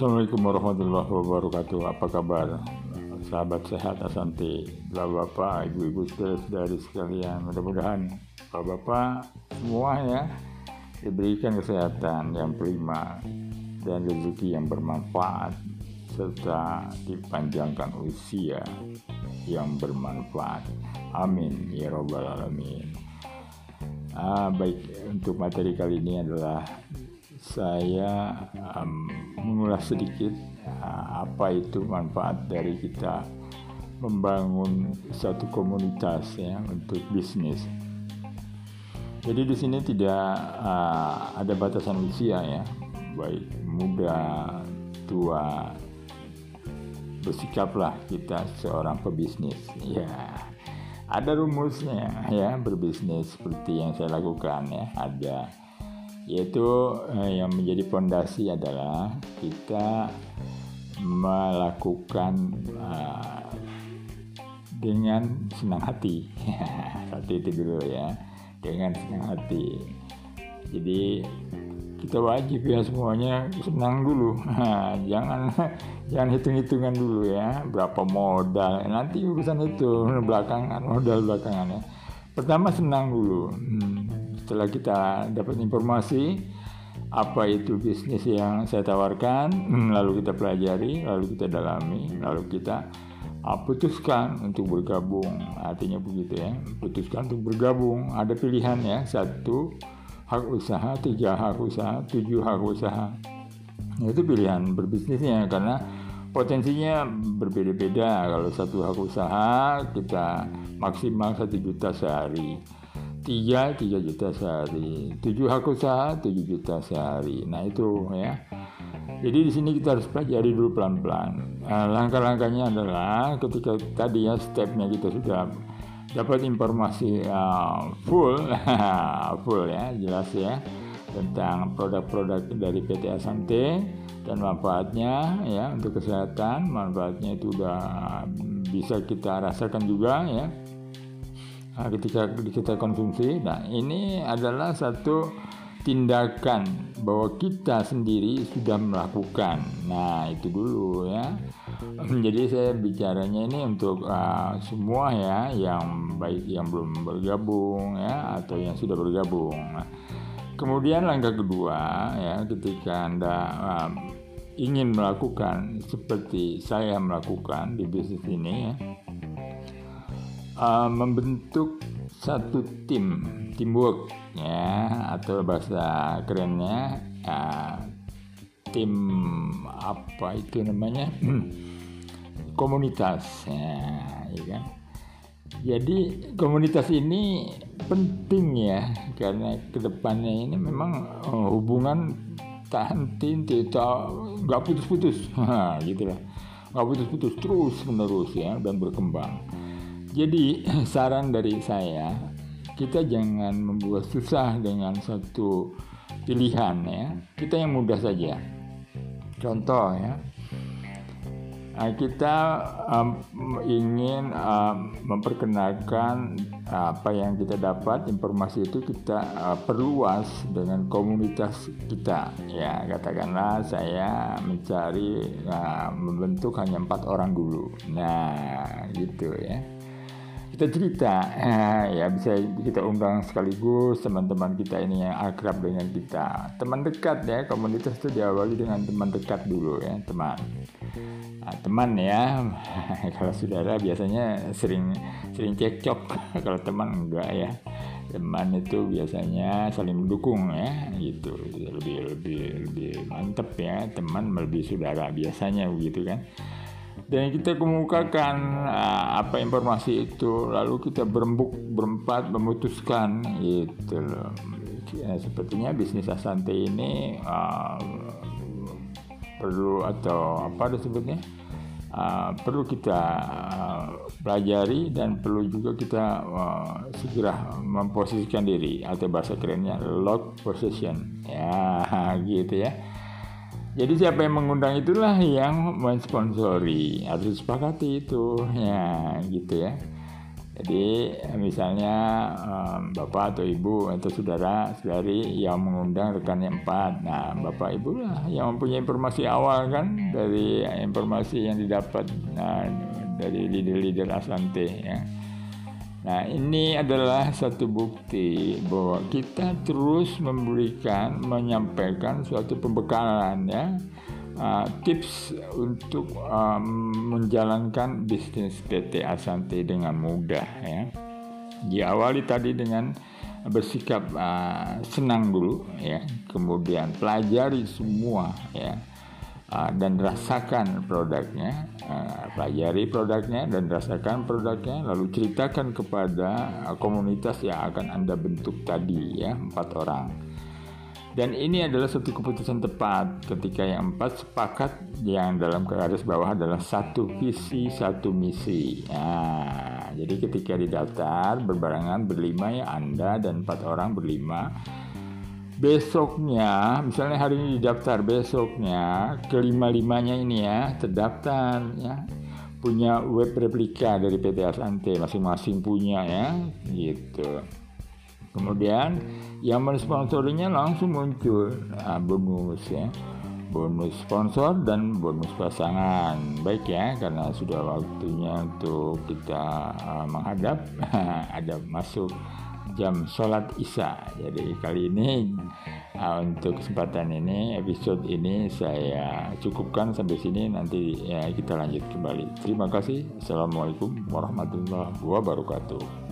Assalamualaikum warahmatullahi wabarakatuh. Apa kabar sahabat sehat Asante, bapak, ibu-ibu saudari sekalian. Mudah-mudahan bapak semua ya diberikan kesehatan yang prima dan rezeki yang bermanfaat serta dipanjangkan usia yang bermanfaat. Amin ya rabbal alamin. Baik, untuk materi kali ini adalah saya mengulas sedikit apa itu manfaat dari kita membangun satu komunitas ya untuk bisnis. Jadi di sini tidak ada batasan usia ya, baik muda, tua, bersikaplah kita seorang pebisnis. Ya, ada rumusnya ya berbisnis seperti yang saya lakukan ya, ada, yaitu yang menjadi fondasi adalah kita melakukan dengan senang hati. Satu itu dulu ya, dengan senang hati. Jadi kita wajib ya semuanya senang dulu. Jangan hitung-hitungan dulu ya, berapa modal. Nanti urusan itu belakangan, modal belakangan ya. Pertama senang dulu. Setelah kita dapat informasi apa itu bisnis yang saya tawarkan, lalu kita pelajari, lalu kita dalami, lalu kita putuskan untuk bergabung. Artinya begitu ya, putuskan untuk bergabung. Ada pilihan ya, 1 hak usaha, 3 hak usaha, 7 hak usaha. Itu pilihan berbisnisnya karena potensinya berbeda-beda. Kalau 1 hak usaha kita maksimal 1 juta sehari, 3 juta sehari, 7 hak usaha 7 juta sehari. Nah itu ya. Jadi di sini kita harus pelajari dulu pelan-pelan. Langkah-langkahnya adalah ketika tadi ya stepnya kita sudah dapat informasi full ya, jelas ya tentang produk-produk dari PT Asante dan manfaatnya ya untuk kesehatan. Manfaatnya itu udah bisa kita rasakan juga ya ketika kita konsumsi. Nah ini adalah satu tindakan bahwa kita sendiri sudah melakukan. Nah itu dulu ya. Jadi saya bicaranya ini untuk semua ya, yang baik yang belum bergabung ya atau yang sudah bergabung. Nah, kemudian langkah kedua ya, ketika Anda ingin melakukan seperti saya melakukan di bisnis ini ya, membentuk satu teamwork ya, atau bahasa kerennya tim apa itu namanya komunitas ya kan. Jadi komunitas ini penting ya, karena kedepannya ini memang hubungan tak henti, nggak putus-putus gitu lah, nggak putus-putus terus menerus ya, dan berkembang. Jadi saran dari saya, kita jangan membuat susah dengan satu pilihan ya, kita yang mudah saja. Contoh ya, kita ingin memperkenalkan apa yang kita dapat, informasi itu kita perluas dengan komunitas kita ya. Katakanlah saya mencari membentuk hanya 4 orang dulu. Nah gitu ya, kita cerita ya, bisa kita undang sekaligus teman-teman kita ini yang akrab dengan kita, teman dekat ya. Komunitas itu diawali dengan teman dekat dulu ya, teman ya. Kalau saudara biasanya sering cekcok, kalau teman enggak ya. Teman itu biasanya saling mendukung ya, gitu. Lebih mantep ya, teman lebih saudara biasanya begitu kan. Dan kita kemukakan apa informasi itu, lalu kita berempat memutuskan gitu loh. Ya, sepertinya bisnis Asante ini perlu, atau apa disebutnya, perlu kita pelajari dan perlu juga kita segera memposisikan diri, atau bahasa kerennya lock position ya gitu ya. Jadi siapa yang mengundang itulah yang mensponsori, harus disepakati itu ya gitu ya. Jadi misalnya bapak atau ibu atau saudara-saudari yang mengundang rekannya 4. Nah, bapak ibu lah yang mempunyai informasi awal kan dari informasi yang didapat dari leader-leader Asante ya. Nah, ini adalah satu bukti bahwa kita terus menyampaikan suatu pembekalan ya. Tips untuk menjalankan bisnis PT Asante dengan mudah ya. Diawali tadi dengan bersikap senang dulu ya, kemudian pelajari semua ya, dan rasakan produknya, pelajari produknya dan rasakan produknya, lalu ceritakan kepada komunitas yang akan Anda bentuk tadi ya, 4 orang. Dan ini adalah satu keputusan tepat ketika yang 4 sepakat yang dalam garis bawah adalah satu visi, satu misi. Nah, jadi ketika didaftar berbarengan berlima ya, Anda dan 4 orang berlima. Besoknya, misalnya hari ini didaftar, besoknya kelima-limanya ini ya terdaftar ya, punya web replika dari PT Asante, masing-masing punya ya, gitu. Kemudian yang mensponsorinya langsung muncul bonus ya, bonus sponsor dan bonus pasangan. Baik ya, karena sudah waktunya untuk kita menghadap ada masuk jam sholat isya. Jadi kali ini untuk kesempatan ini, episode ini saya cukupkan sampai sini. Nanti ya kita lanjut kembali. Terima kasih. Assalamualaikum warahmatullahi wabarakatuh.